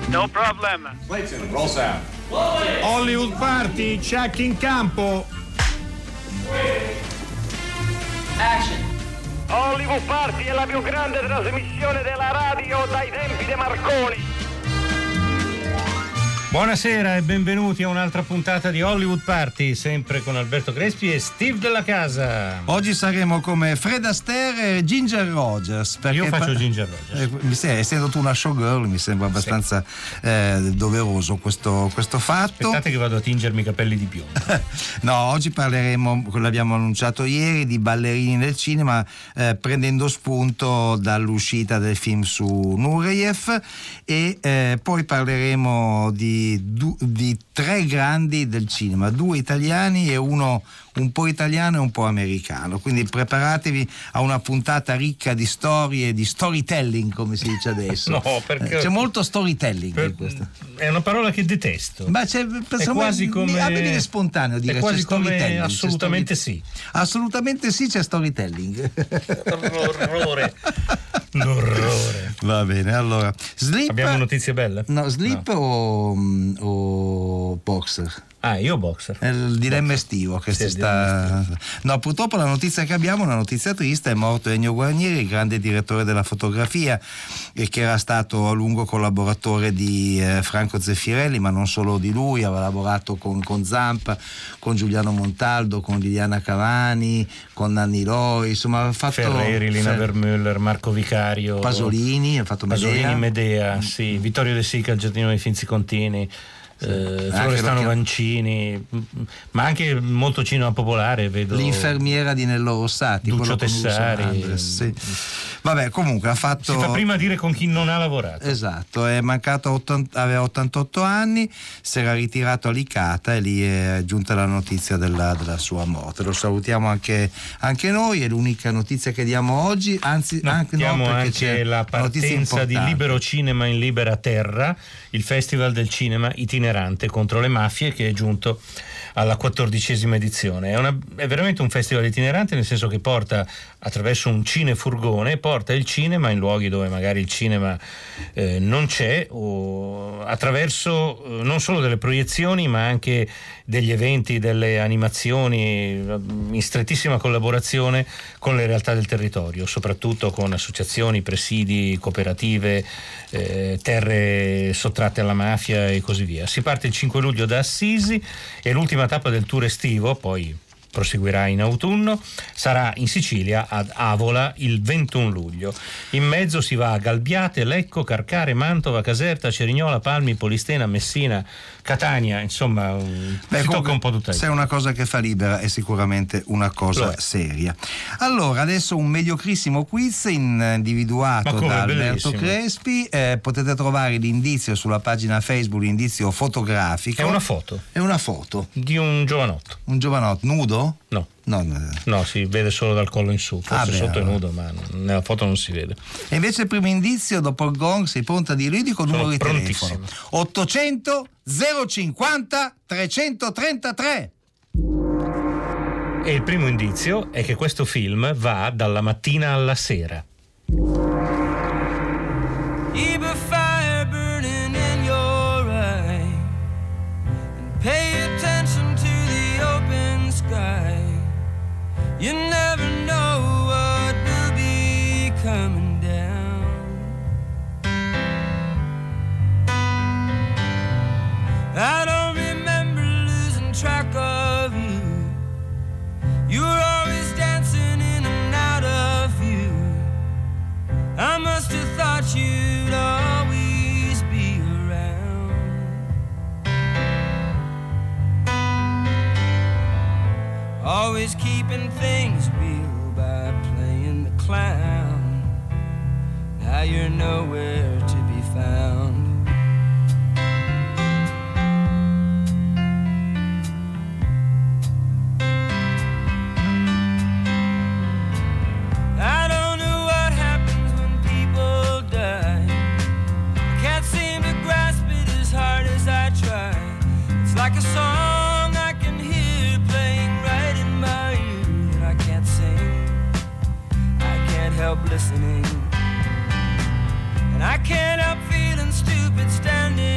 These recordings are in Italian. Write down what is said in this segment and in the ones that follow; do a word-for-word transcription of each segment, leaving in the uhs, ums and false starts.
No problem. Clayton, roll sound. Hollywood Party, check in campo. Action. Hollywood Party è la più grande trasmissione della radio dai tempi di Marconi. Buonasera e benvenuti a un'altra puntata di Hollywood Party, sempre con Alberto Crespi e Steve Della Casa. Oggi saremo come Fred Astaire e Ginger Rogers. Io faccio pa- Ginger Rogers. Eh, mi sembra, essendo tu una showgirl, mi sembra abbastanza sì. eh, doveroso questo, questo fatto. Aspettate che vado a tingermi i capelli di piombo. No, oggi parleremo, l'abbiamo annunciato ieri, di ballerini nel cinema, eh, prendendo spunto dall'uscita del film su Nureyev, e eh, poi parleremo di Du, di tre grandi del cinema, due italiani e uno un po' italiano e un po' americano, quindi preparatevi a una puntata ricca di storie, di storytelling, come si dice adesso. No, perché c'è molto storytelling per, in questo. È una parola che detesto. Ma c'è, è quasi come a me viene spontaneo dire è quasi c'è storytelling, come assolutamente c'è story, sì. Assolutamente sì, c'è storytelling. L'orrore. L'orrore. Va bene, allora Sleep. Abbiamo notizie belle? No, Sleep no. O, o Boxer? Ah, io Boxer. È il dilemma estivo che sì, si sta. No, purtroppo la notizia che abbiamo è una notizia triste. È morto Ennio Guarnieri, il grande direttore della fotografia, e che era stato a lungo collaboratore di eh, Franco Zeffirelli, ma non solo di lui. Aveva lavorato con, con Zampa, con Giuliano Montaldo, con Liliana Cavani, con Nanni Loi, insomma ha fatto Ferreri, Lina Fer... Vermeuller, Marco Vicario, Pasolini, ha fatto Medea. Pasolini, Medea, sì, Vittorio De Sica, il giardino dei Finzi Contini. Sì. Eh, Florestano Vancini, ma anche molto cinema popolare, vedo. L'infermiera di Nello Rossati, Duccio Tessari, sì. Vabbè, comunque ha fatto. Si fa prima dire con chi non ha lavorato. Esatto, è mancato ottanta, aveva ottantotto anni, si era ritirato a Licata e lì è giunta la notizia della, della sua morte. Lo salutiamo anche, anche noi, è l'unica notizia che diamo oggi, anzi no, anche, diamo no, anche c'è la partenza di Libero Cinema in Libera Terra, il festival del cinema itinerante contro le mafie, che è giunto alla quattordicesima edizione. È, una, è veramente un festival itinerante, nel senso che porta attraverso un cinefurgone, porta il cinema in luoghi dove magari il cinema eh, non c'è, o attraverso eh, non solo delle proiezioni ma anche degli eventi, delle animazioni, in strettissima collaborazione con le realtà del territorio, soprattutto con associazioni, presidi, cooperative, eh, terre sottratte alla mafia e così via. Si parte il cinque luglio da Assisi e l'ultima tappa del tour estivo, poi proseguirà in autunno, sarà in Sicilia ad Avola il ventuno luglio. In mezzo si va a Galbiate, Lecco, Carcare, Mantova, Caserta, Cerignola, Palmi, Polistena, Messina, Catania, insomma. Beh, si tocca un po' tutta. Se è una cosa che fa Libera è sicuramente una cosa seria. Allora, adesso un mediocrissimo quiz individuato da Alberto Crespi. Eh, potete trovare l'indizio sulla pagina Facebook, l'indizio fotografico. È una foto. È una foto di un giovanotto. Un giovanotto nudo? No. No, no, no, si vede solo dal collo in su, forse ah, beh, sotto allora. È nudo, ma nella foto non si vede. E invece il primo indizio, dopo il gong, sei pronta di lui, dico il numero di telefono. ottocento zero cinquanta trecentotrentatré. E il primo indizio è che questo film va dalla mattina alla sera. You never know what will be coming down. I don't remember losing track of you. You were always dancing in and out of view. I must have thought you'd always be around. Always keeping things real by playing the clown. Now you're nowhere to be found. I don't know what happens when people die. I can't seem to grasp it as hard as I try. It's like a song I can hear playing right in my ear that I can't sing. I can't help listening, and I can't help feeling stupid standing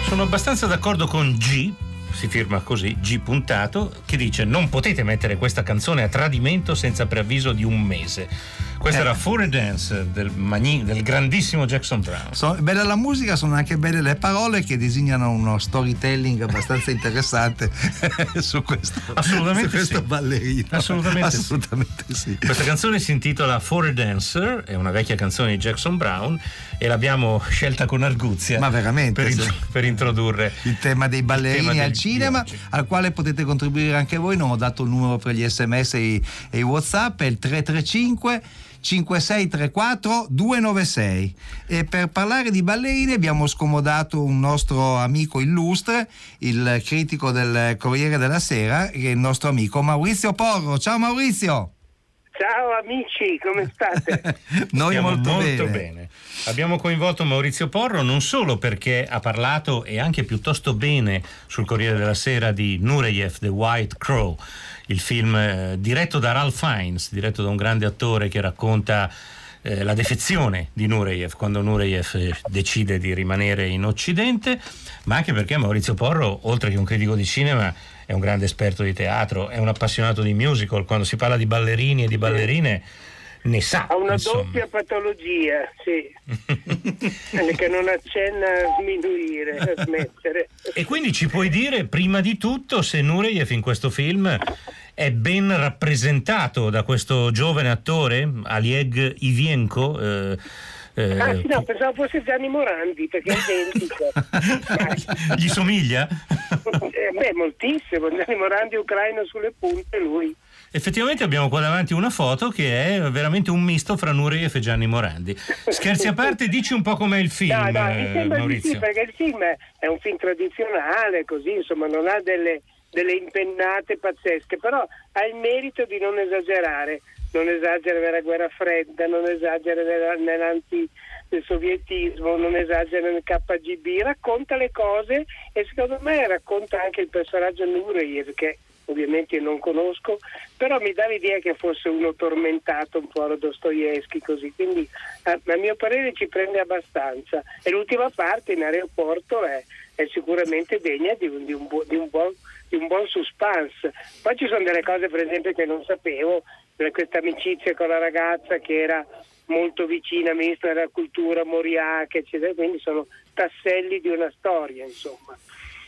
Sono abbastanza d'accordo con G, si firma così, G puntato, che dice: non potete mettere questa canzone a tradimento senza preavviso di un mese. Questa eh. era Fore Dance del, magni- del grandissimo Jackson Browne. So, bella la musica, sono anche belle le parole che disegnano uno storytelling abbastanza interessante su questo, Assolutamente su questo sì. ballerino. Assolutamente, Assolutamente sì. sì. Questa canzone si intitola Fore Dancer, è una vecchia canzone di Jackson Browne e l'abbiamo scelta con arguzia. Ma veramente per, sì. in- per introdurre il tema dei ballerini tema al del, cinema, al quale potete contribuire anche voi. Non ho dato il numero per gli sms e i, e i WhatsApp, è il tre tre cinque cinque sei tre quattro due nove sei. E per parlare di ballerine abbiamo scomodato un nostro amico illustre, il critico del Corriere della Sera, che è il nostro amico Maurizio Porro. Ciao Maurizio. Ciao amici, come state? Noi Stiamo molto, molto bene. bene. Abbiamo coinvolto Maurizio Porro non solo perché ha parlato e anche piuttosto bene sul Corriere della Sera di Nureyev, The White Crow, il film eh, diretto da Ralph Fiennes, diretto da un grande attore che racconta eh, la defezione di Nureyev quando Nureyev eh, decide di rimanere in Occidente, ma anche perché Maurizio Porro, oltre che un critico di cinema, è un grande esperto di teatro, è un appassionato di musical. Quando si parla di ballerini e di ballerine ne sa. Ha una insomma. doppia patologia, sì, che non accenna a sminuire, a smettere. E quindi ci puoi dire prima di tutto se Nureyev in questo film è ben rappresentato da questo giovane attore, Oleg Ivienko? Eh, eh, Ah sì, no, pensavo fosse Gianni Morandi, perché è identico. Gli somiglia? Eh, beh, moltissimo. Gianni Morandi ucraino sulle punte, lui. Effettivamente abbiamo qua davanti una foto che è veramente un misto fra Nureyev e Gianni Morandi. Scherzi a parte, dici un po' com'è il film, No, no, mi sembra di Maurizio. sì, perché il film è un film tradizionale, così, insomma, non ha delle, delle impennate pazzesche, però ha il merito di non esagerare, non esagera nella guerra fredda, non esagera nella, nell'anti del sovietismo, non esagera nel K G B, racconta le cose e secondo me racconta anche il personaggio Nureyev, che ovviamente io non conosco, però mi dà l'idea che fosse uno tormentato un po' alla Dostoevsky, così, quindi a, a mio parere ci prende abbastanza, e l'ultima parte in aeroporto è, è sicuramente degna di un, di, un bu- di, un buon, di un buon suspense. Poi ci sono delle cose per esempio che non sapevo, questa amicizia con la ragazza che era molto vicina al ministro della cultura Moriac, eccetera, quindi sono tasselli di una storia, insomma.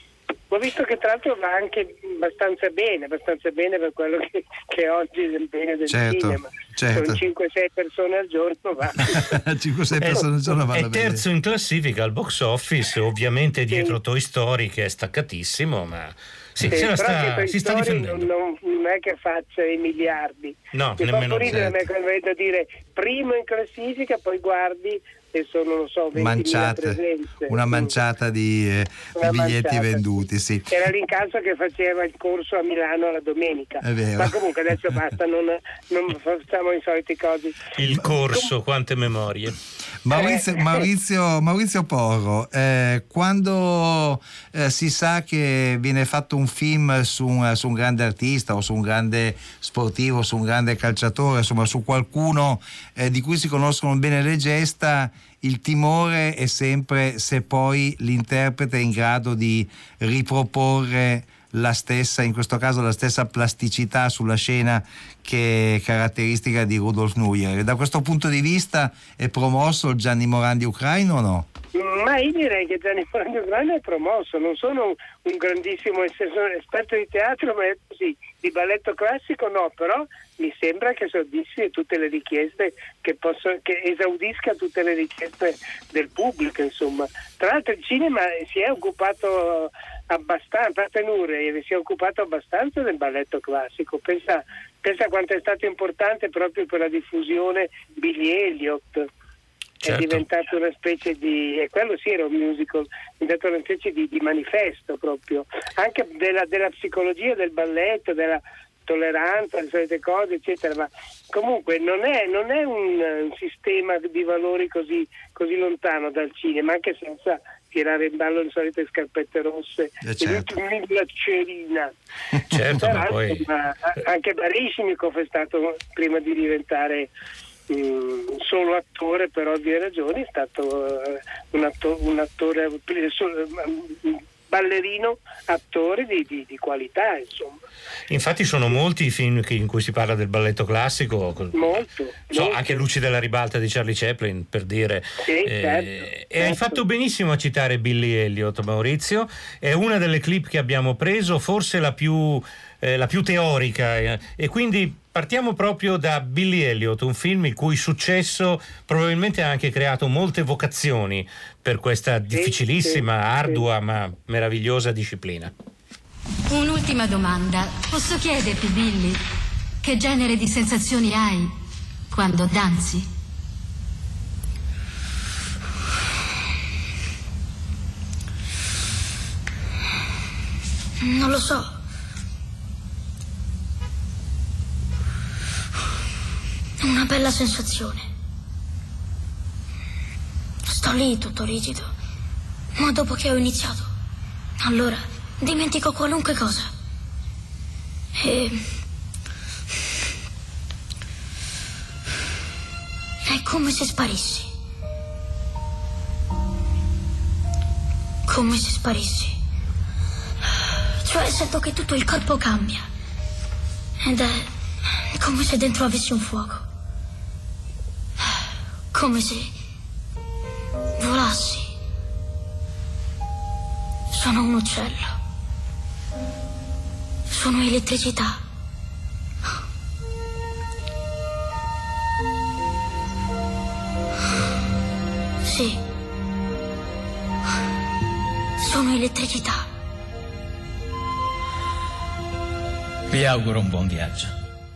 Ho visto che tra l'altro va anche abbastanza bene, abbastanza bene per quello che, che oggi è il bene del certo, cinema. certo. Sono cinque sei persone al giorno, va. cinque sei persone al giorno vanno È terzo bene. in classifica al box office, ovviamente dietro Sì. Toy Story che è staccatissimo, ma sì, Sì, se la però sta, che si sta Toy Story difendendo. non, non è che faccia i miliardi. No, Mi fa nemmeno un po' ridere certo. me quando vedo dire primo in classifica, poi guardi e sono, non so, ventimila Manciate, presenze. una manciata di, eh, Una di biglietti manciata, venduti, sì. Era l'incalzo che faceva il corso a Milano la domenica. È vero. Ma comunque adesso basta, non, non facciamo i soliti cosi. Il corso, quante memorie. Maurizio, Eh. Maurizio, Maurizio Porro, eh, quando eh, si sa che viene fatto un film su un, su un grande artista o su un grande sportivo, su un grande calciatore, insomma su qualcuno eh, di cui si conoscono bene le gesta, il timore è sempre se poi l'interprete è in grado di riproporre la stessa, in questo caso la stessa plasticità sulla scena che è caratteristica di Rudolf Nureyev. Da questo punto di vista è promosso il Gianni Morandi ucraino o no? Ma io direi che Gianni Morandi ucraino è promosso, non sono un grandissimo esperto di teatro, ma è così, di balletto classico no, però mi sembra che soddisfi tutte le richieste, che, posso, che esaudisca tutte le richieste del pubblico, insomma. Tra l'altro il cinema si è occupato abbastanza, a parte Nureyev, si è occupato abbastanza del balletto classico, pensa, pensa quanto è stato importante proprio per la diffusione Billy Elliot. Certo. È diventato una specie di, e quello sì era un musical, è diventato una specie di, di manifesto proprio, anche della, della psicologia del balletto, della tolleranza, le solite cose, eccetera, ma comunque non è, non è un, un sistema di valori così, così lontano dal cinema, anche senza tirare in ballo le solite scarpette rosse, Eh, certo. e la cerina. Certo, ma Peraltro, poi ma anche Baryshnikov è stato, prima di diventare mh, solo attore per ovvie ragioni, è stato eh, un, atto- un attore uh, ballerino, attore di, di, di qualità, insomma. Infatti sono molti i film che, in cui si parla del balletto classico, molto, so, molto. Anche Luci della ribalta di Charlie Chaplin, per dire. Sì, eh, certo, e certo. hai fatto benissimo a citare Billy Elliot, Maurizio. È una delle clip che abbiamo preso, forse la più, eh, la più teorica, eh, e quindi partiamo proprio da Billy Elliot, un film il cui successo probabilmente ha anche creato molte vocazioni per questa Sì, difficilissima, sì, ardua sì. ma meravigliosa disciplina. Un'ultima domanda. Posso chiederti, Billy, che genere di sensazioni hai quando danzi? Non lo so. Una bella sensazione. Sto lì tutto rigido, ma dopo che ho iniziato, allora dimentico qualunque cosa. E... è come se sparissi. Come se sparissi. Cioè sento che tutto il corpo cambia. Ed è come se dentro avessi un fuoco. Come se volassi. Sono un uccello. Sono elettricità. Sì. Sono elettricità. Vi auguro un buon viaggio.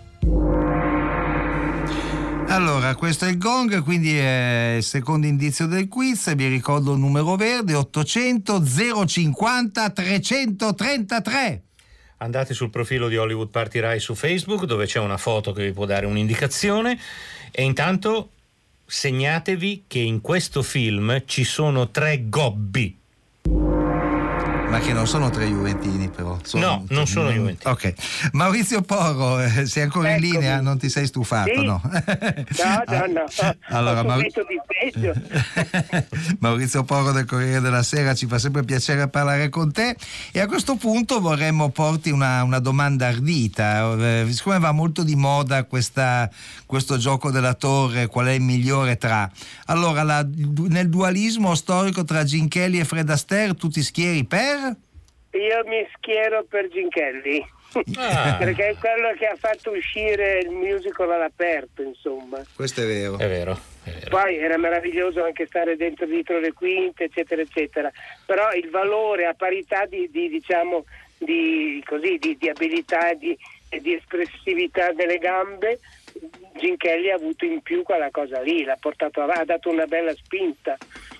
Allora, questo è il gong, quindi è il secondo indizio del quiz. Vi ricordo il numero verde ottocento zero cinquanta trecentotrentatré. Andate sul profilo di Hollywood Party Rai su Facebook, dove c'è una foto che vi può dare un'indicazione, e intanto segnatevi che in questo film ci sono tre gobbi. Ma che non sono tre juventini, però. Sono, no, non sono mm, juventini. Ok. Maurizio Porro, eh, sei ancora in Eccomi. linea? Non ti sei stufato, Sì. no? No, no, no. Allora, Ho Maur- subito di peggio. Maurizio Porro del Corriere della Sera, ci fa sempre piacere parlare con te, e a questo punto vorremmo porti una, una domanda ardita. Eh, siccome va molto di moda questa, questo gioco della torre, qual è il migliore tra... Allora, la, nel dualismo storico tra Gene Kelly e Fred Astaire, tu ti schieri per... Io mi schiero per Gene Kelly. Ah. Perché è quello che ha fatto uscire il musical all'aperto, insomma. Questo è vero. È vero, è vero. Poi era meraviglioso anche stare dentro dietro le quinte, eccetera, eccetera. Però il valore a parità di, di diciamo, di, così, di, di abilità e di, e di espressività delle gambe, Gene Kelly ha avuto in più quella cosa lì, l'ha portato avanti, ha dato una bella spinta.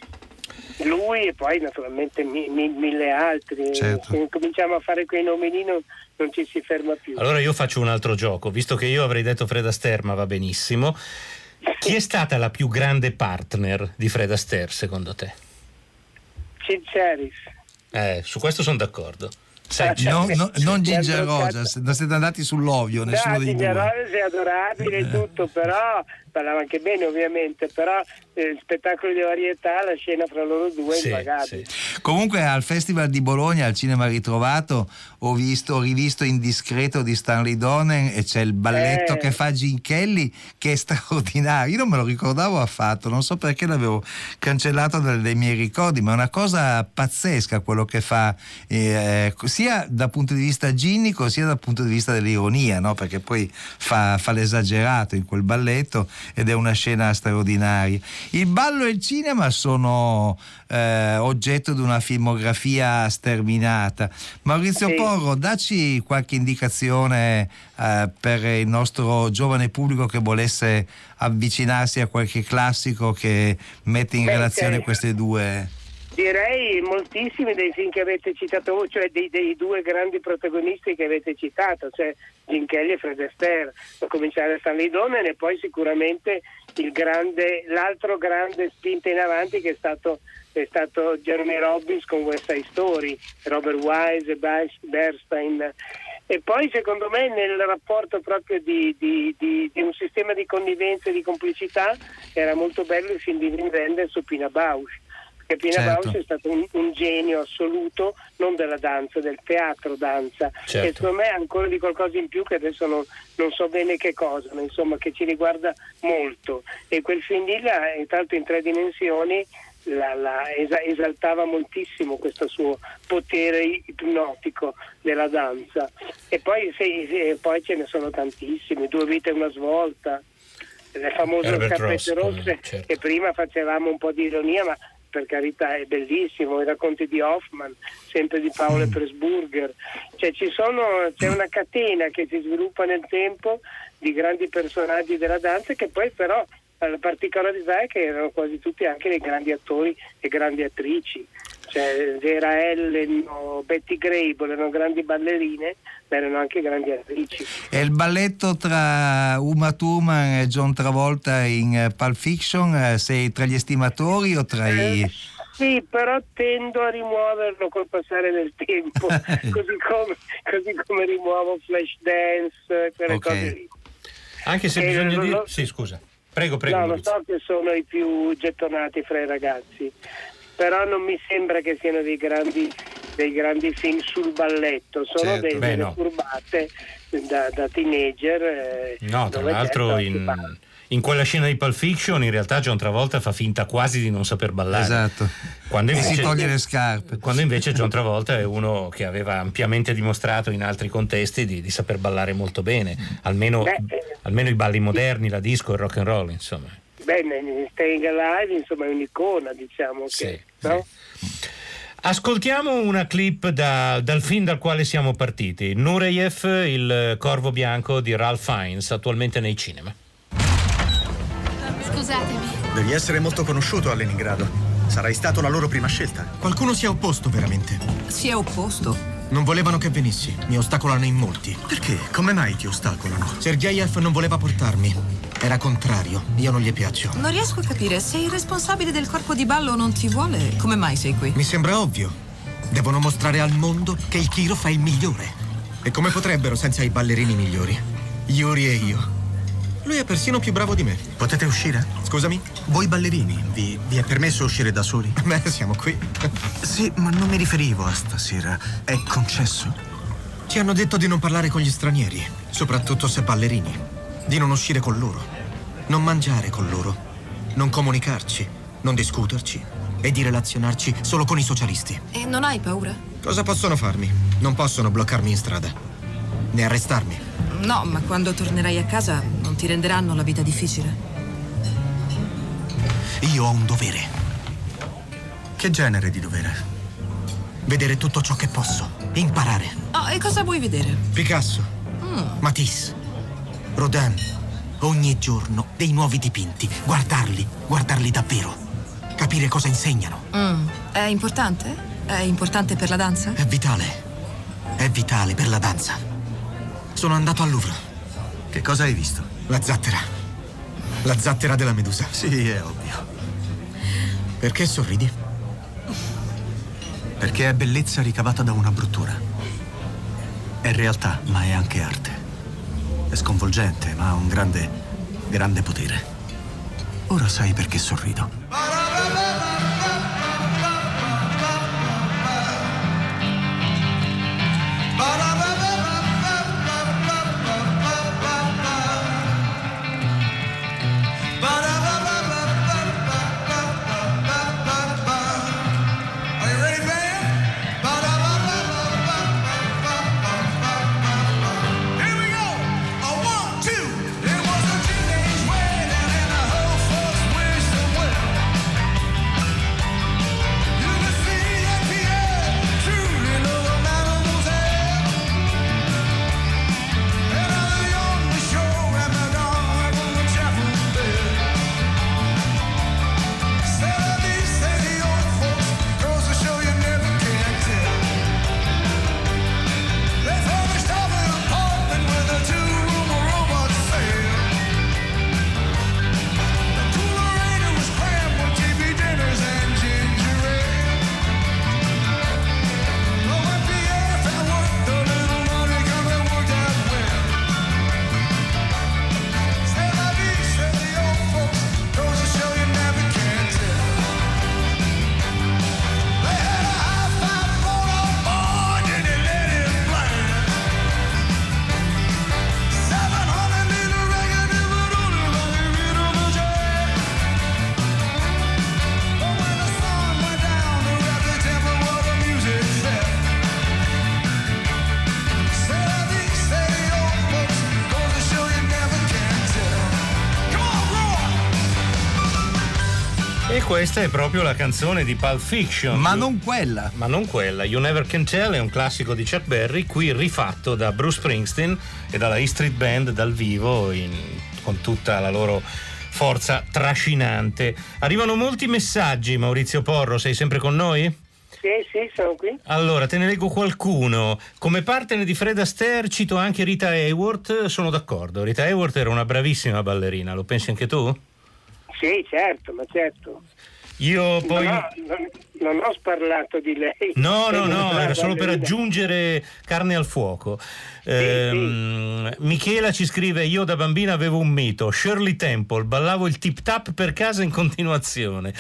Lui e poi naturalmente mi, mi, mille altri. Certo. Se cominciamo a fare quei nominini non, non ci si ferma più. Allora io faccio un altro gioco, visto che io avrei detto Fred Astaire, ma va benissimo. Chi è stata la più grande partner di Fred Astaire, secondo te? Sid Charisse. Eh, su questo sono d'accordo. Sai, No, no, non Sì, Ginger abbiamo Rogers, non siete andati sull'ovvio, nessuno No, dei Ginger due. Rogers è adorabile e tutto, però parlava anche bene ovviamente, però eh, spettacoli di varietà, la scena fra loro due è Sì, impagabile. sì. Comunque al Festival di Bologna, al Cinema Ritrovato, ho visto, ho rivisto Indiscreto di Stanley Donen, e c'è il balletto Eh. che fa Gene Kelly che è straordinario. Io non me lo ricordavo affatto, non so perché l'avevo cancellato dai, dai miei ricordi, ma è una cosa pazzesca quello che fa, eh, sia dal punto di vista ginnico sia dal punto di vista dell'ironia, no? Perché poi fa, fa l'esagerato in quel balletto ed è una scena straordinaria. Il ballo e il cinema sono eh, oggetto di una filmografia sterminata. Maurizio Sì. Porro, dacci qualche indicazione eh, per il nostro giovane pubblico che volesse avvicinarsi a qualche classico che mette in Beh, relazione certo. queste due. Direi moltissimi dei film che avete citato voi, cioè dei, dei due grandi protagonisti che avete citato, cioè Gene Kelly e Fred Astaire, a cominciare da Stanley Donen, e poi sicuramente il grande, l'altro grande spinta in avanti che è stato, è stato Jeremy Robbins con West Side Story, Robert Wise e Bernstein. E poi secondo me nel rapporto proprio di, di, di, di un sistema di connivenza e di complicità era molto bello il film di Wim Wenders su Pina Bausch, perché Pina Certo. Bausch è stato un, un genio assoluto, non della danza, del teatro danza, Certo. e secondo me ancora di qualcosa in più che adesso non, non so bene che cosa, ma insomma che ci riguarda molto, e quel film lì, là, tra l'altro in tre dimensioni, La, la esa, esaltava moltissimo questo suo potere ipnotico della danza. E poi, se, se, poi ce ne sono tantissimi, Due vite e una svolta, le famose Herbert Scarpette Ross, rosse, certo. che prima facevamo un po' di ironia, ma per carità è bellissimo, i racconti di Hoffman, sempre di Paolo Pressburger, cioè ci sono, c'è una catena che si sviluppa nel tempo di grandi personaggi della danza, che poi però la particolarità è che erano quasi tutti anche dei grandi attori e grandi attrici, cioè Vera Ellen o Betty Grable erano grandi ballerine, ma erano anche grandi attrici. E il balletto tra Uma Thurman e John Travolta in Pulp Fiction, sei tra gli estimatori o tra i... Eh, sì, però tendo a rimuoverlo col passare del tempo, così come, così come rimuovo Flashdance, quelle Ok. cose lì. Anche se Eh, bisogna non dire... lo- Sì, scusa. Prego, prego. No, lo Maurizio. so che sono i più gettonati fra i ragazzi, però non mi sembra che siano dei grandi, dei grandi film sul balletto, sono Certo. dei, Beh, delle no. furbate da, da teenager. eh, No, tra dove l'altro certo si in, parla. in quella scena di Pulp Fiction in realtà John Travolta fa finta quasi di non saper ballare. Esatto. Quando E invece, si toglie le scarpe. quando invece John Travolta è uno che aveva ampiamente dimostrato in altri contesti di, di saper ballare molto bene, almeno, Beh, eh, almeno i balli moderni, la disco e il rock and roll, insomma. Beh, in Staying Alive insomma è un'icona, diciamo, Sì, che, no? sì. Ascoltiamo una clip da- dal film dal quale siamo partiti, Nureyev, il corvo bianco di Ralph Fiennes, attualmente nei cinema. Scusatemi. Devi essere molto conosciuto a Leningrado. Sarai stato la loro prima scelta. Qualcuno si è opposto veramente. Si è opposto? Non volevano che venissi. Mi ostacolano in molti. Perché? Come mai ti ostacolano? Sergeyev non voleva portarmi. Era contrario. Io non gli piaccio. Non riesco a capire, se il responsabile del corpo di ballo non ti vuole, come mai sei qui? Mi sembra ovvio. Devono mostrare al mondo che il Kirov è il migliore. E come potrebbero senza i ballerini migliori? Yuri e io. Lui è persino più bravo di me. Potete uscire? Scusami? Voi ballerini, vi, vi è permesso uscire da soli? Beh, siamo qui. Sì, ma non mi riferivo a stasera. È concesso? Ci hanno detto di non parlare con gli stranieri, soprattutto se ballerini. Di non uscire con loro. Non mangiare con loro. Non comunicarci. Non discuterci. E di relazionarci solo con i socialisti. E non hai paura? Cosa possono farmi? Non possono bloccarmi in strada. Né arrestarmi. No, ma quando tornerai a casa non ti renderanno la vita difficile. Io ho un dovere. Che genere di dovere? Vedere tutto ciò che posso. Imparare. Oh, e cosa vuoi vedere? Picasso. Mm. Matisse. Rodin. Ogni giorno dei nuovi dipinti. Guardarli. Guardarli davvero. Capire cosa insegnano. Mm. È importante? È importante per la danza? È vitale. È vitale per la danza. Sono andato al Louvre. Che cosa hai visto? La zattera. La zattera della Medusa. Sì, è ovvio. Perché sorridi? Perché è bellezza ricavata da una bruttura. È realtà, ma è anche arte. È sconvolgente, ma ha un grande, grande potere. Ora sai perché sorrido. It was a teenage wedding and the whole folks wished them well. questa è proprio la canzone di Pulp Fiction. Ma non quella. Ma non quella. You Never Can Tell è un classico di Chuck Berry, qui rifatto da Bruce Springsteen e dalla E Street Band dal vivo in, con tutta la loro forza trascinante. Arrivano molti messaggi, Maurizio Porro, sei sempre con noi? Sì, sì, sono qui. Allora, te ne leggo qualcuno. Come partner di Fred Astaire cito anche Rita Hayworth, sono d'accordo. Rita Hayworth era una bravissima ballerina, lo pensi anche tu? Sì, certo, ma certo. Io poi... No, non, non ho parlato di lei. No, no, no, era solo per aggiungere carne al fuoco. Sì, ehm, sì. Michela ci scrive: io da bambina avevo un mito, Shirley Temple, ballavo il tip tap per casa in continuazione.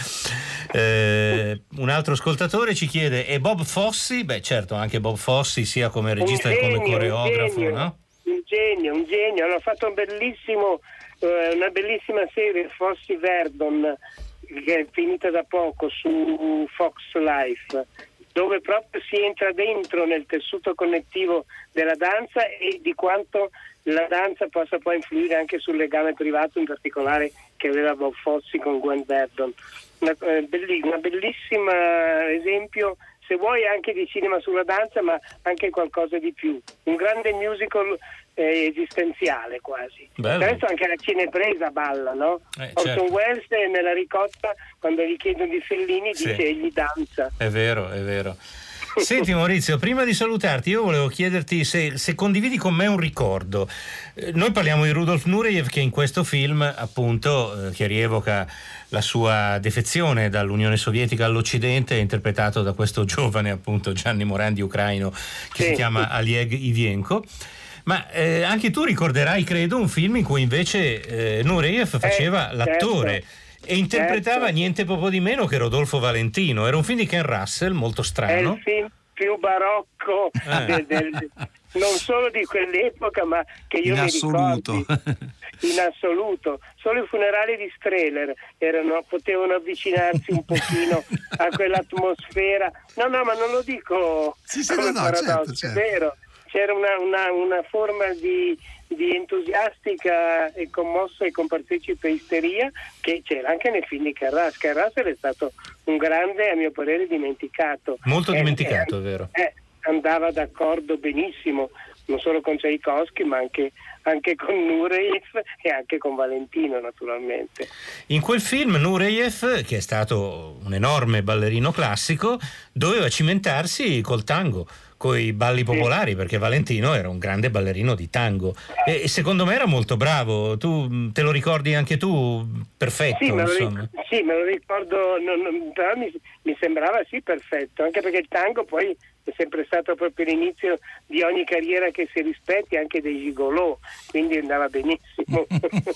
Eh, un altro ascoltatore ci chiede: e Bob Fosse? Beh, certo, anche Bob Fosse, sia come regista che come coreografo, un genio, no? Un genio, un genio. Hanno fatto un bellissimo, eh, una bellissima serie, Fosse Verdon, che è finita da poco su Fox Life, dove proprio si entra dentro nel tessuto connettivo della danza e di quanto la danza possa poi influire anche sul legame privato, in particolare che aveva Bob Fosse con Gwen Verdon. Una, eh, belli, una bellissima esempio, se vuoi, anche di cinema sulla danza, ma anche qualcosa di più. Un grande musical eh, esistenziale quasi. Adesso anche la Cinepresa balla, no? Eh, Orson certo. Welles nella ricotta, quando gli chiedono di Fellini, sì, dice egli danza. È vero, è vero. Senti Maurizio, prima di salutarti io volevo chiederti se, se condividi con me un ricordo. Eh, noi parliamo di Rudolf Nureyev, che in questo film appunto eh, che rievoca la sua defezione dall'Unione Sovietica all'Occidente, è interpretato da questo giovane appunto Gianni Morandi ucraino che sì. si chiama Oleg Ivienko. Ma eh, anche tu ricorderai, credo, un film in cui invece eh, Nureyev faceva eh, l'attore. Certo. E interpretava certo. niente poco di meno che Rodolfo Valentino. Era un film di Ken Russell molto strano. È il film più barocco eh. del, del, non solo di quell'epoca, ma che io in mi assoluto. ricordi in assoluto. Solo i funerali di Strehler erano, potevano avvicinarsi un pochino a quell'atmosfera. No, no, ma non lo dico sì, sì, come no, paradosso, certo, certo. è vero. C'era una, una, una forma di di entusiastica e commossa e compartecipe isteria che c'era anche nei film di Carras. Carras è stato un grande, a mio parere, dimenticato. Molto eh, dimenticato, eh, è vero. Eh, andava d'accordo benissimo, non solo con Tchaikovsky, ma anche, anche con Nureyev e anche con Valentino, naturalmente. In quel film Nureyev, che è stato un enorme ballerino classico, doveva cimentarsi col tango, coi balli popolari, sì. perché Valentino era un grande ballerino di tango e secondo me era molto bravo. Tu te lo ricordi anche tu? Perfetto, sì, me lo, insomma. ric- sì, me lo ricordo, non, non, però mi, mi sembrava sì perfetto, anche perché il tango poi è sempre stato proprio l'inizio di ogni carriera che si rispetti, anche dei gigolò, quindi andava benissimo.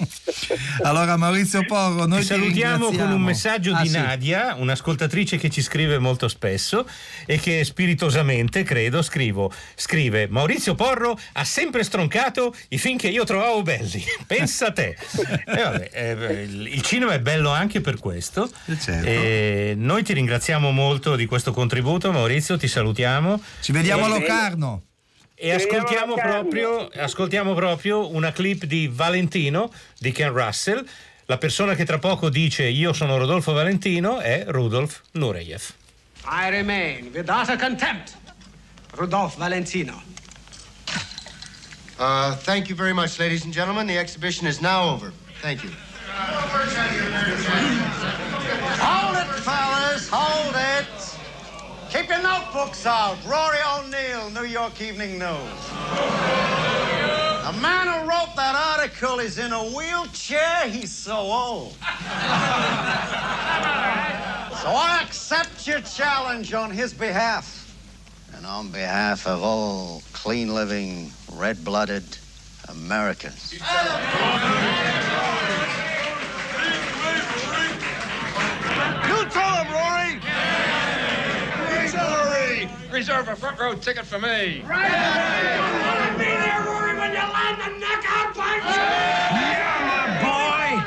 Allora Maurizio Porro, noi ti ti salutiamo con un messaggio ah, di sì. Nadia, un'ascoltatrice che ci scrive molto spesso e che spiritosamente, credo, scrivo, scrive: Maurizio Porro ha sempre stroncato i film che io trovavo belli. Pensa te. E vabbè, eh, il cinema è bello anche per questo. Certo. E noi ti ringraziamo molto di questo contributo, Maurizio, ti salutiamo. Ci vediamo a Locarno. E ascoltiamo proprio, ascoltiamo proprio una clip di Valentino di Ken Russell. La persona che tra poco dice io sono Rodolfo Valentino è Rudolf Nureyev. I remain without a contempt, Rudolf Valentino. Uh, thank you very much, ladies and gentlemen. The exhibition is now over. Thank you. Hold it, fellas, hold it. Keep your notebooks out. Rory O'Neill, New York Evening News. The man who wrote that article is in a wheelchair. He's so old. So I accept your challenge on his behalf. And on behalf of all clean-living, red-blooded Americans. You tell him, Rory! Hillary! Reserve a front row ticket for me. Right! Be there, Rory, when you land the knockout punch! Yeah, my boy!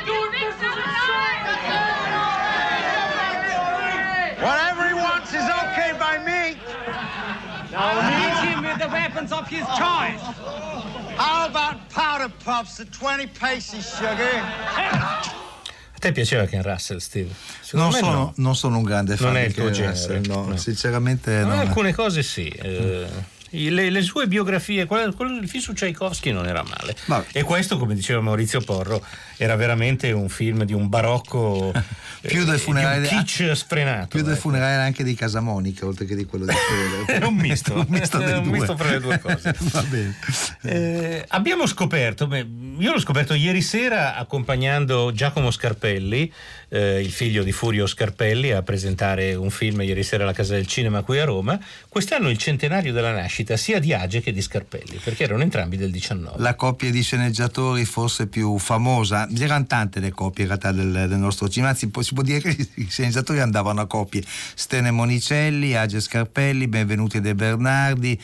Whatever he wants is okay by me. Now meet him with the weapons of his choice. How about powder puffs at twenty paces, sugar? A te piaceva Ken Russell, Steve? Non me sono, no. non sono un grande fan Non è di il tuo Ken genere, Russell, no, no. sinceramente No, non. alcune cose sì. Eh, le, le sue biografie, quello, quello, il film su Tchaikovsky non era male. Vabbè. E questo, come diceva Maurizio Porro, era veramente un film di un barocco più del funerale, di un kitsch sfrenato. Più del ecco. funerale anche di Casamonica, oltre che di quello di Fede. Era un misto, un misto, dei un due. misto fra le due cose. Va bene. Eh, abbiamo scoperto, beh, io l'ho scoperto ieri sera accompagnando Giacomo Scarpelli, eh, il figlio di Furio Scarpelli, a presentare un film ieri sera alla Casa del Cinema qui a Roma. Quest'anno è il centenario della nascita sia di Age che di Scarpelli, perché erano entrambi del diciannove. La coppia di sceneggiatori forse più famosa, erano tante le coppie in realtà del, del nostro cinema, anzi si può dire che i sceneggiatori andavano a coppie: Stene Monicelli, Age Scarpelli, Benvenuti De Bernardi,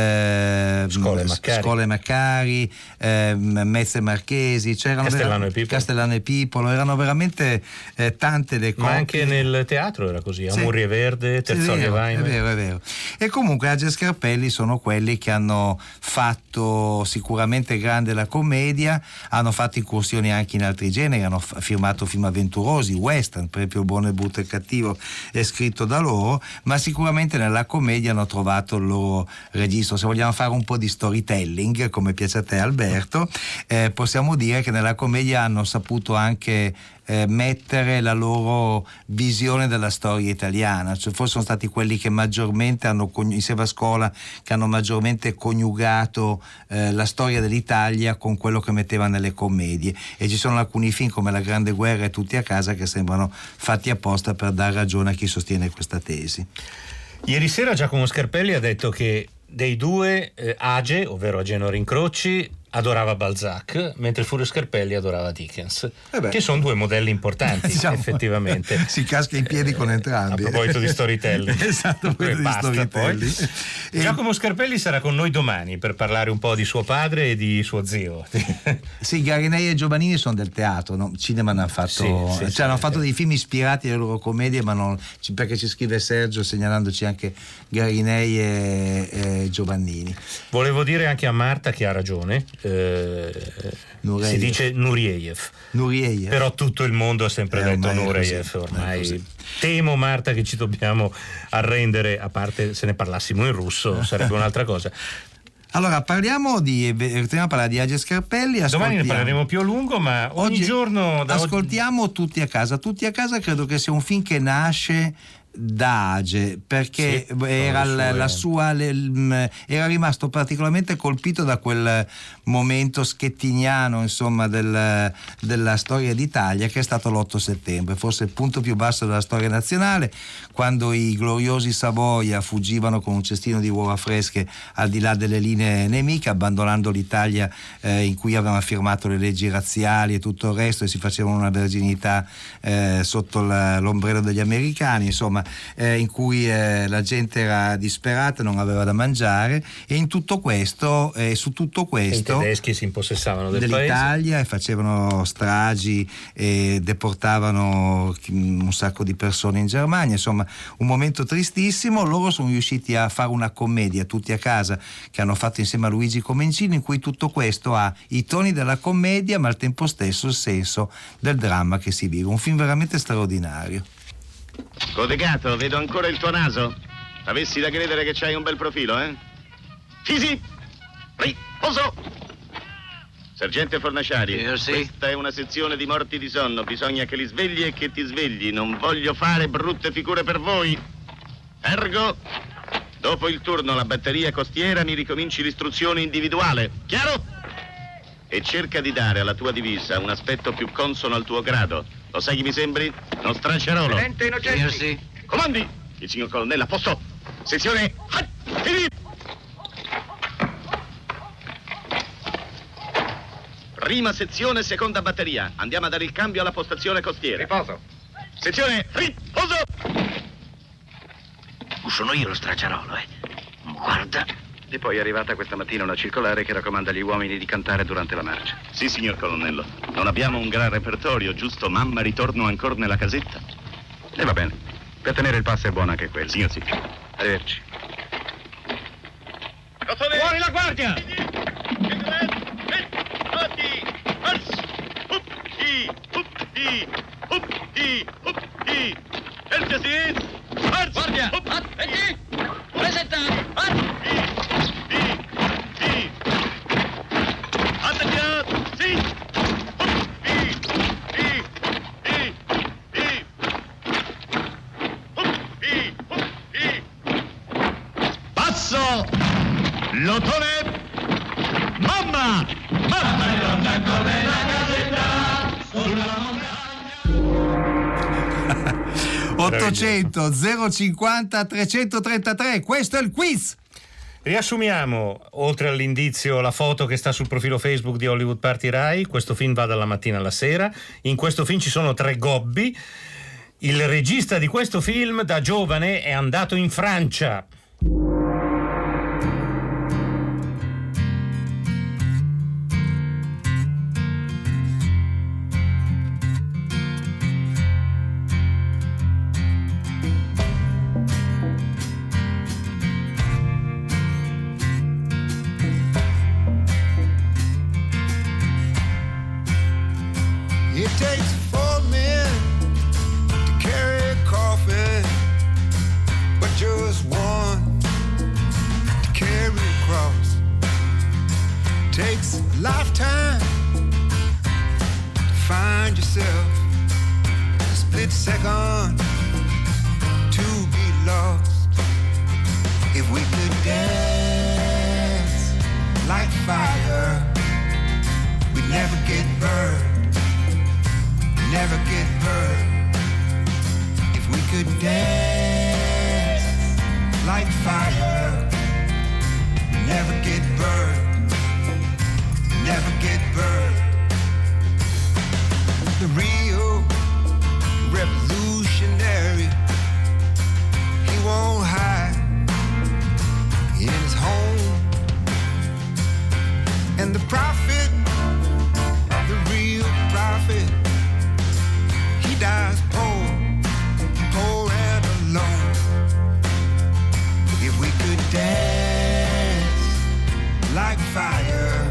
eh, Scole Maccari, Scole Maccari eh, Mezze Marchesi, c'erano Castellano e Pipolo. Castellano e Pipolo, erano veramente eh, tante le coppie. Ma anche nel teatro era così, Sì. Amurri e Verde, Terzoli e Vaime. È vero, è vero. E comunque Age e Scarpelli sono quelli che hanno fatto sicuramente grande la commedia, hanno fatto incursioni anche in altri generi, hanno f- firmato film avventurosi, western, per esempio Il buono, il brutto e il cattivo è scritto da loro, ma sicuramente nella commedia hanno trovato il loro registro. Se vogliamo fare un po' di storytelling, come piace a te Alberto, eh, possiamo dire che nella commedia hanno saputo anche Eh, mettere la loro visione della storia italiana, cioè forse sono stati quelli che maggiormente hanno coniu- insieme a Scola, che hanno maggiormente coniugato eh, la storia dell'Italia con quello che metteva nelle commedie, e ci sono alcuni film come La Grande Guerra e Tutti a casa che sembrano fatti apposta per dar ragione a chi sostiene questa tesi. Ieri sera Giacomo Scarpelli ha detto che dei due eh, Age, ovvero Agenor Incrocci, adorava Balzac, mentre Furio Scarpelli adorava Dickens, Eh che sono due modelli importanti. Diciamo, effettivamente si casca in piedi con entrambi. A proposito di storytelling. Esatto, Poi di basta, storytelling. poi. E... Giacomo Scarpelli sarà con noi domani per parlare un po' di suo padre e di suo zio. Sì, Garinei e Giovannini sono del teatro, no? Cinema hanno fatto, Sì, sì, cioè sì, hanno sì. fatto dei film ispirati alle loro commedie, ma non, perché ci scrive Sergio segnalandoci anche Garinei e, e Giovannini. Volevo dire anche a Marta che ha ragione. Eh, si dice Nureyev. Nureyev. Però tutto il mondo ha sempre Eh, detto ormai è Nureyev. così, Ormai è così. temo, Marta, che ci dobbiamo arrendere, a parte se ne parlassimo in russo sarebbe un'altra cosa. Allora parliamo di torniamo a parlare di Age e Scarpelli. Domani ne parleremo più a lungo, ma ogni Oggi giorno da ascoltiamo oggi... Tutti a casa. Tutti a casa credo che sia un film che nasce da Age, perché Sì, era sue... la, la sua le, l, era rimasto particolarmente colpito da quel momento schettiniano, insomma, del, della storia d'Italia, che è stato l'otto settembre, forse il punto più basso della storia nazionale, quando i gloriosi Savoia fuggivano con un cestino di uova fresche al di là delle linee nemiche, abbandonando l'Italia eh, in cui avevano firmato le leggi razziali e tutto il resto, e si facevano una verginità eh, sotto la, l'ombrello degli americani, insomma, eh, in cui eh, la gente era disperata, non aveva da mangiare, e in tutto questo e eh, su tutto questo i tedeschi si impossessavano del dell'Italia paese e facevano stragi e deportavano un sacco di persone in Germania, insomma un momento tristissimo. Loro sono riusciti a fare una commedia, Tutti a casa, che hanno fatto insieme a Luigi Comencini, in cui tutto questo ha i toni della commedia ma al tempo stesso il senso del dramma che si vive. Un film veramente straordinario. Codegato, vedo ancora il tuo naso. Avessi da credere che c'hai un bel profilo, eh? Fisi! Riposo! Sergente Fornaciari, Io sì. Questa è una sezione di morti di sonno. Bisogna che li svegli e che ti svegli. Non voglio fare brutte figure per voi. Ergo, dopo il turno alla batteria costiera mi ricominci l'istruzione individuale. Chiaro? E cerca di dare alla tua divisa un aspetto più consono al tuo grado. Lo sai chi mi sembri? Non stracciarolo. Tenente Innocenti. Io sì. Comandi! Il signor colonnello a posto. Sezione... Fini! Prima sezione, seconda batteria. Andiamo a dare il cambio alla postazione costiera. Riposo. Sezione, riposo! Sono io lo stracciarolo, eh. Guarda. E poi è arrivata questa mattina una circolare che raccomanda agli uomini di cantare durante la marcia. Sì, signor colonnello. Non abbiamo un gran repertorio, giusto? Mamma, ritorno ancora nella casetta. E va bene. Per tenere il passo è buono anche quello. Signor sì. Arrivederci. Fuori la guardia! Up, i, up, i. Elchasi, march. Guardia, attenti. Presentare, march. I, i, i. Attenzione, sì. Up, i, i, i, i. Up, i, up, i. Passo, lotone. Mamma! Mamma e donna corre la casetta sulla ottocento zero cinquanta trecentotrentatré, questo è il quiz. Riassumiamo, oltre all'indizio, la foto che sta sul profilo Facebook di Hollywood Party Rai. Questo film va dalla mattina alla sera. In questo film ci sono tre gobbi. Il regista di questo film da giovane è andato in Francia. It takes four men to carry coffee, but just one to carry across. Takes a lifetime to find yourself, a split second to be lost. If we could dance like fire, we'd never get burned. Never get burned. If we could dance like fire, never get burned. Never get burned. The real revolutionary, he won't hide in his home. And the prophet, the real prophet, dies poor, poor and alone. If we could dance like fire.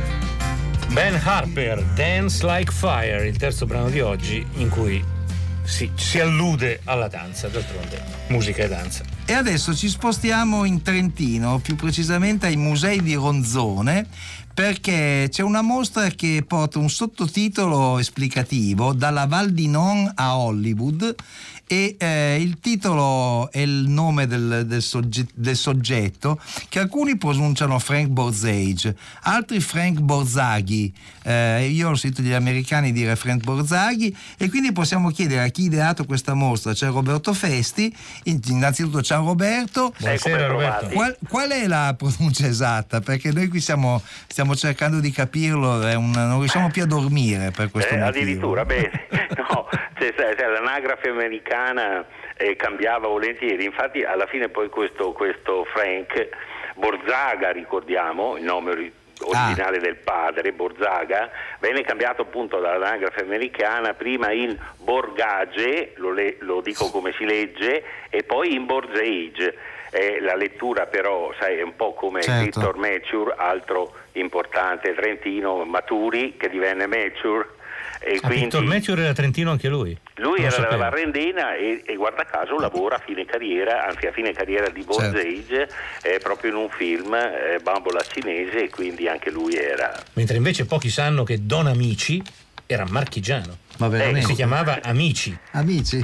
Ben Harper, Dance Like Fire, il terzo brano di oggi in cui si, si allude alla danza, d'altronde musica e danza. E adesso ci spostiamo in Trentino, più precisamente ai musei di Ronzone, perché c'è una mostra che porta un sottotitolo esplicativo, Dalla Val di Non a Hollywood, e eh, il titolo è il nome del, del, sogget- del soggetto, che alcuni pronunciano Frank Borzage, altri Frank Borzaghi. Eh, io ho sentito gli americani dire Frank Borzaghi, e quindi possiamo chiedere a chi ha ideato questa mostra. C'è Roberto Festi. Innanzitutto ciao Roberto. Buonasera Roberto. Qual, qual è la pronuncia esatta? Perché noi qui siamo, stiamo cercando di capirlo, è un, non riusciamo più a dormire per questo eh, motivo. Addirittura, beh, no, cioè, cioè, l'anagrafe americana eh, cambiava volentieri, infatti alla fine poi questo, questo Frank Borzaga, ricordiamo il nome originale ah. del padre, Borzaga, venne cambiato appunto dall'anagrafe americana prima in Borgage, lo, le, lo dico come si legge, e poi in Borzage. Eh, la lettura però, sai, è un po' come certo. Victor Mature, altro importante trentino, Maturi, che divenne Mature. E ah, quindi Victor Mature era trentino anche lui? Lui non era della Varrendena e, e guarda caso lavora a fine carriera, anzi a fine carriera di Borzage, certo. eh, proprio in un film, eh, Bambola cinese, e quindi anche lui era. Mentre invece pochi sanno che Don Amici era marchigiano. Ma veramente? Si chiamava Amici. Amici.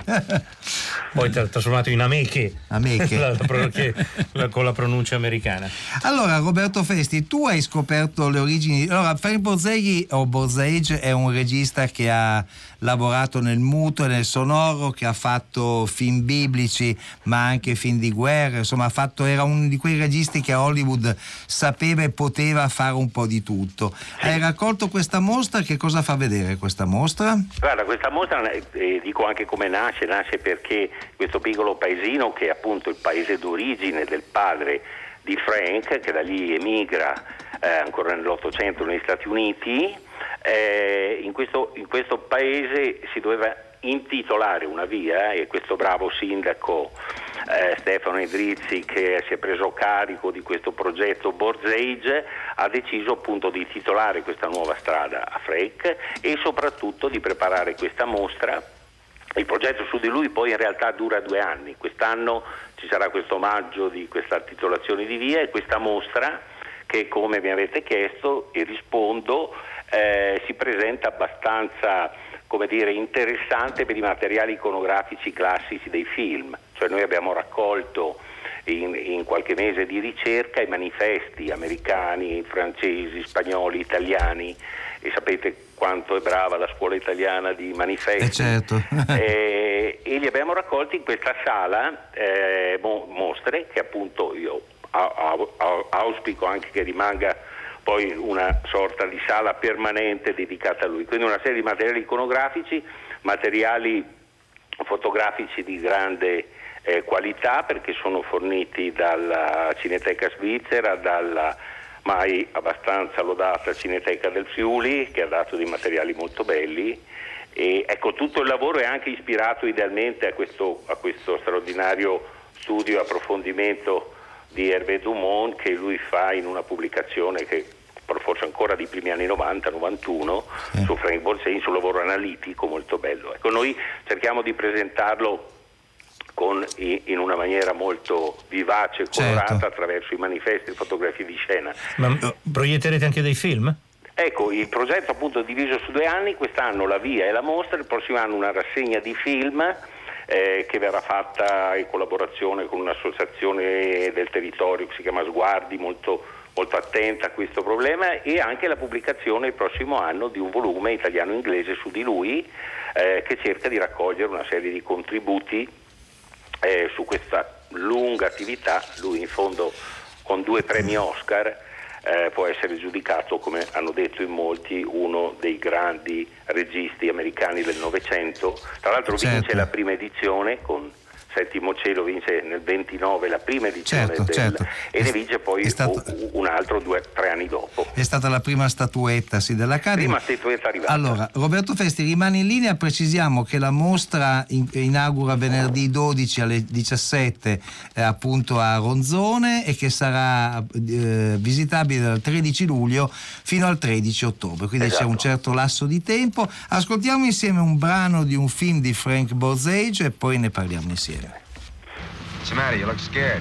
Poi trasformato in Ameche. Ameche. la, la, che, la, con la pronuncia americana. Allora, Roberto Festi, tu hai scoperto le origini. Allora, Frank Borzaghi o Borzage è un regista che ha lavorato nel muto e nel sonoro, che ha fatto film biblici ma anche film di guerra, insomma ha fatto, era uno di quei registi che a Hollywood sapeva e poteva fare un po' di tutto. Hai raccolto questa mostra, che cosa fa vedere questa mostra? Guarda, questa mostra, eh, dico anche come nasce, nasce perché questo piccolo paesino, che è appunto il paese d'origine del padre di Frank, che da lì emigra eh, ancora nell'Ottocento negli Stati Uniti, eh, in, questo, in questo paese si doveva intitolare una via, e questo bravo sindaco eh, Stefano Idrizzi, che si è preso carico di questo progetto Borzage, ha deciso appunto di titolare questa nuova strada a Frank e soprattutto di preparare questa mostra il progetto su di lui poi in realtà dura due anni. Quest'anno ci sarà questo omaggio di questa titolazione di via e questa mostra che, come mi avete chiesto e rispondo, eh, si presenta abbastanza, come dire, interessante per i materiali iconografici classici dei film. Cioè noi abbiamo raccolto in, in qualche mese di ricerca i manifesti americani, francesi, spagnoli, italiani, e sapete quanto è brava la scuola italiana di manifesti, eh certo. e, e li abbiamo raccolti in questa sala eh, mo, mostre che appunto io a, a, a, auspico anche che rimanga poi una sorta di sala permanente dedicata a lui, quindi una serie di materiali iconografici, materiali fotografici di grande eh, qualità, perché sono forniti dalla Cineteca Svizzera, dalla mai abbastanza lodata Cineteca del Friuli, che ha dato dei materiali molto belli. E ecco, tutto il lavoro è anche ispirato idealmente a questo, a questo straordinario studio e approfondimento di Hervé Dumont che lui fa in una pubblicazione che forse ancora di primi anni novanta novantuno eh. su Frank Borzage, sul lavoro analitico molto bello. Ecco, noi cerchiamo di presentarlo con, in una maniera molto vivace e colorata, certo, attraverso i manifesti e fotografie di scena. Ma proietterete anche dei film? Ecco, il progetto appunto è diviso su due anni, quest'anno la via e la mostra, il prossimo anno una rassegna di film eh, che verrà fatta in collaborazione con un'associazione del territorio che si chiama Sguardi, molto, molto attenta a questo problema, e anche la pubblicazione il prossimo anno di un volume italiano-inglese su di lui eh, che cerca di raccogliere una serie di contributi eh, su questa lunga attività. Lui in fondo con due premi Oscar Eh, può essere giudicato, come hanno detto in molti, uno dei grandi registi americani del Novecento. Tra l'altro vince certo. la prima edizione con Settimo Cielo, vince nel ventinove la prima edizione certo, del, certo. e ne vince poi stato, un altro due tre anni dopo. È stata la prima statuetta sì, dell'Academy. Prima statuetta arrivata. Allora, Roberto Festi rimane in linea, precisiamo che la mostra in, inaugura venerdì dodici alle diciassette eh, appunto a Ronzone, e che sarà eh, visitabile dal tredici luglio fino al tredici ottobre, quindi esatto. C'è un certo lasso di tempo. Ascoltiamo insieme un brano di un film di Frank Borzage e poi ne parliamo insieme. What's the matter? You look scared.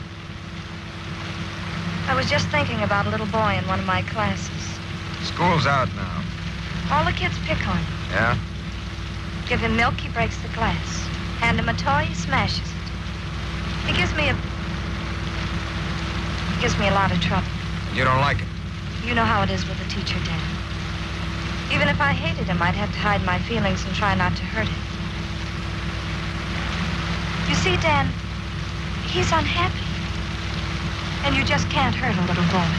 I was just thinking about a little boy in one of my classes. School's out now. All the kids pick on him. Yeah? Give him milk, he breaks the glass. Hand him a toy, he smashes it. He gives me a... He gives me a lot of trouble. You don't like it? You know how it is with a teacher, Dan. Even if I hated him, I'd have to hide my feelings and try not to hurt him. You see, Dan, he's unhappy. And you just can't hurt a little boy.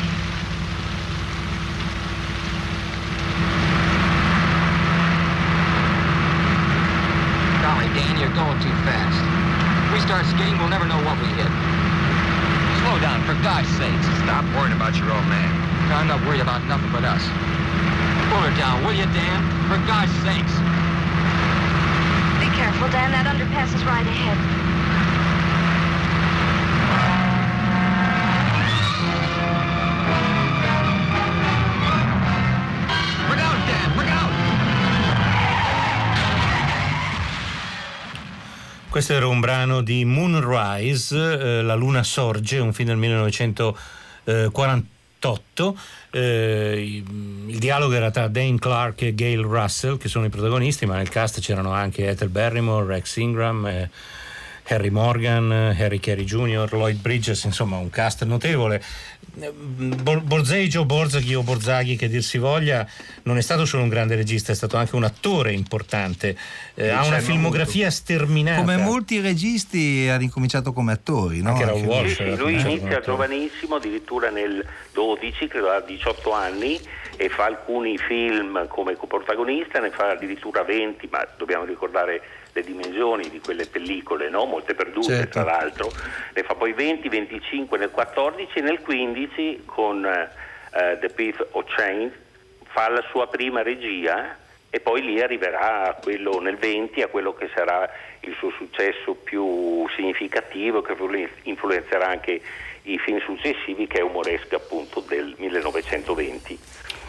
Golly, Dan, you're going too fast. If we start skating, we'll never know what we hit. Slow down, for God's sakes. Stop worrying about your old man. I'm not worried about nothing but us. Pull her down, will you, Dan? For God's sakes. Be careful, Dan. That underpass is right ahead. Look out, Dan! Look out! Questo era un brano di Moonrise, eh, La luna sorge, un film del millenovecentoquarantotto. Eh, il dialogo era tra Dane Clark e Gail Russell, che sono i protagonisti, ma nel cast c'erano anche Ethel Barrymore, Rex Ingram, eh, Harry Morgan, Harry Carey Junior, Lloyd Bridges, insomma un cast notevole. Borzage o Borzaghi o Borzaghi, che dir si voglia, non è stato solo un grande regista, è stato anche un attore importante, eh, ha una filmografia molto sterminata. Come molti registi ha incominciato come attori, no? Anche Raoul Walsh, sì, sì, lui inizia giovanissimo, addirittura nel dodici, credo a diciotto anni, e fa alcuni film come coprotagonista, ne fa addirittura venti, ma dobbiamo ricordare le dimensioni di quelle pellicole, no? Molte perdute, certo. Tra l'altro, ne fa poi venti, venticinque nel quattordici, e nel quindici con uh, The Thief of Chains fa la sua prima regia, e poi lì arriverà a quello nel venti, a quello che sarà il suo successo più significativo, che influenzerà anche i film successivi, che è Umoresque, appunto, del millenovecentoventi.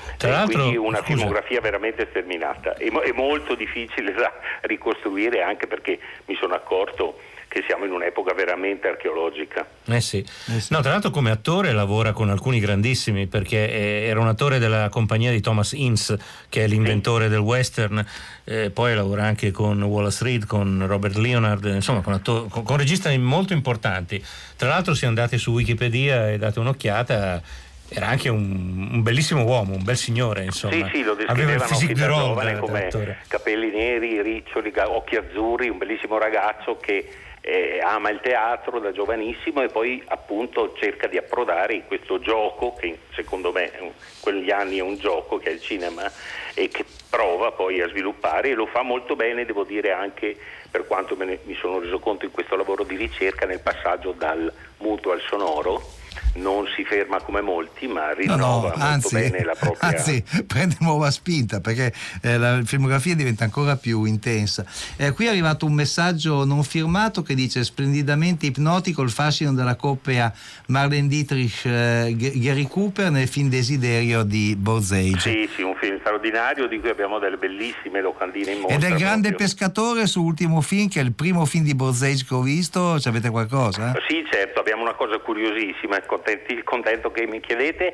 Tra l'altro, quindi una scusa. filmografia veramente sterminata e mo- è molto difficile da ricostruire, anche perché mi sono accorto che siamo in un'epoca veramente archeologica. Eh sì. eh sì. No, tra l'altro come attore lavora con alcuni grandissimi, perché eh, era un attore della compagnia di Thomas Ince, che è l'inventore sì. del western, eh, poi lavora anche con Wallace Reed, con Robert Leonard, insomma con, atto- con, con registi molto importanti. Tra l'altro, se andate su Wikipedia e date un'occhiata, era anche un, un bellissimo uomo, un bel signore, insomma. Sì, sì, lo aveva il descrivevano physique fin de da rôle giovane come d'attore. Capelli neri, riccioli, ga- occhi azzurri, un bellissimo ragazzo che eh, ama il teatro da giovanissimo e poi appunto cerca di approdare in questo gioco che secondo me in quegli anni è un gioco, che è il cinema, e che prova poi a sviluppare, e lo fa molto bene, devo dire, anche per quanto me ne, mi sono reso conto in questo lavoro di ricerca, nel passaggio dal muto al sonoro. Non si ferma come molti, ma rinnova no, no, molto anzi, bene la propria... Anzi, prende nuova spinta, perché eh, la filmografia diventa ancora più intensa. Eh, qui è arrivato un messaggio non firmato che dice: splendidamente ipnotico il fascino della coppia Marlene Dietrich eh, Gary Cooper nel film Desiderio di Borzage. Sì, sì, un film straordinario di cui abbiamo delle bellissime locandine in mostra. E del Grande proprio. Pescatore, su Ultimo Film, che è il primo film di Borzage che ho visto. Ci avete qualcosa? Sì, certo, abbiamo una cosa curiosissima, contenti, contento che mi chiedete,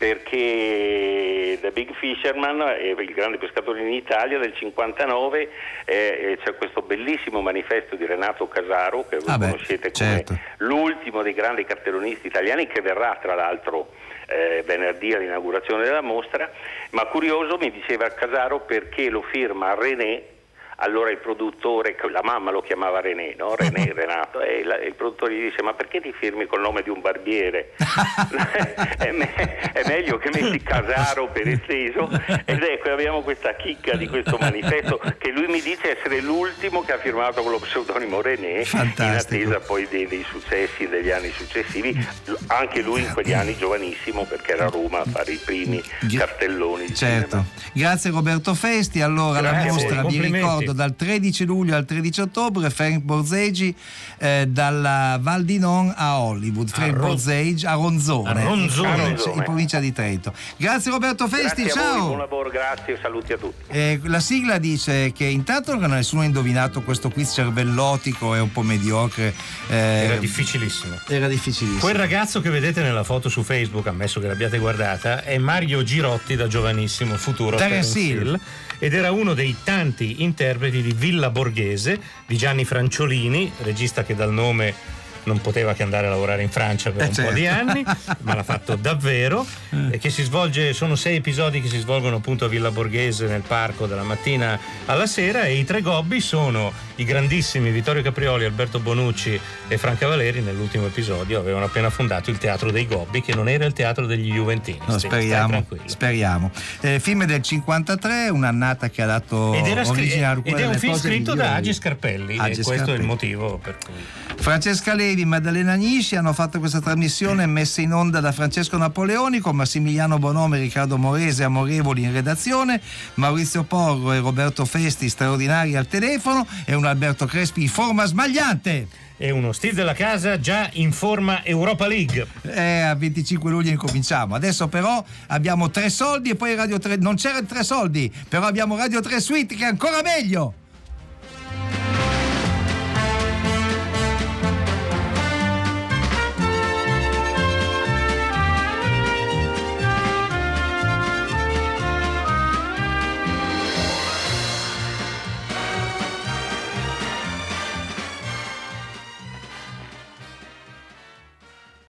perché The Big Fisherman, eh, il Grande Pescatore in Italia del cinquantanove, eh, c'è questo bellissimo manifesto di Renato Casaro, che voi ah beh, conoscete come certo. l'ultimo dei grandi cartellonisti italiani, che verrà tra l'altro eh, venerdì all'inaugurazione della mostra. Ma curioso, mi diceva Casaro, perché lo firma René. Allora il produttore, la mamma lo chiamava René, no? René, Renato, e la, il produttore gli dice: ma perché ti firmi col nome di un barbiere? è, me, è meglio che metti Casaro per esteso. Ed ecco, abbiamo questa chicca di questo manifesto, che lui mi dice essere l'ultimo che ha firmato con lo pseudonimo René. Fantastico. In attesa poi dei, dei successi degli anni successivi, anche lui in quegli anni giovanissimo, perché era a Roma a fare i primi cartelloni di certo. Cinema. Grazie Roberto Festi. Allora Grazie la mostra, vi ricordo, dal tredici luglio al tredici ottobre, Frank Borzage, eh, dalla Val di Non a Hollywood. Frank Ron- Borzage a Ronzone, a Ronzone. In, Ronzone. in provincia di Trento. Grazie Roberto Festi, grazie ciao. A voi, buon lavoro, grazie, saluti a tutti. Eh, la sigla dice che intanto nessuno ha indovinato questo quiz cervellotico, è un po' mediocre. Eh, era difficilissimo. Era difficilissimo. Quel ragazzo che vedete nella foto su Facebook, ammesso che l'abbiate guardata, è Mario Girotti, da giovanissimo, futuro Terence Hill, ed era uno dei tanti interpreti di Villa Borghese di Gianni Franciolini, regista che dal nome non poteva che andare a lavorare in Francia per eh un certo. po' di anni, ma l'ha fatto davvero. E che si svolge, sono sei episodi che si svolgono appunto a Villa Borghese, nel parco, dalla mattina alla sera, e i tre gobbi sono i grandissimi Vittorio Caprioli, Alberto Bonucci e Franca Valeri. Nell'ultimo episodio avevano appena fondato il Teatro dei Gobbi, che non era il teatro degli Juventini. No, speriamo, speriamo. Eh, film del cinquantatré, un'annata che ha dato ed, era scr- origine a ed è un film scritto migliori. da Agi Scarpelli, Agi e questo Scarpelli. è il motivo per cui. Francesca Levi, Maddalena Agnisci hanno fatto questa trasmissione messa in onda da Francesco Napoleoni, con Massimiliano Bonome e Riccardo Morese amorevoli in redazione, Maurizio Porro e Roberto Festi straordinari al telefono, e un Alberto Crespi in forma smagliante. E uno Steve della Casa già in forma Europa League. Eh, a venticinque luglio incominciamo. Adesso però abbiamo Tre Soldi e poi Radio tre. Non c'era Tre Soldi, però abbiamo Radio tre Suite, che è ancora meglio.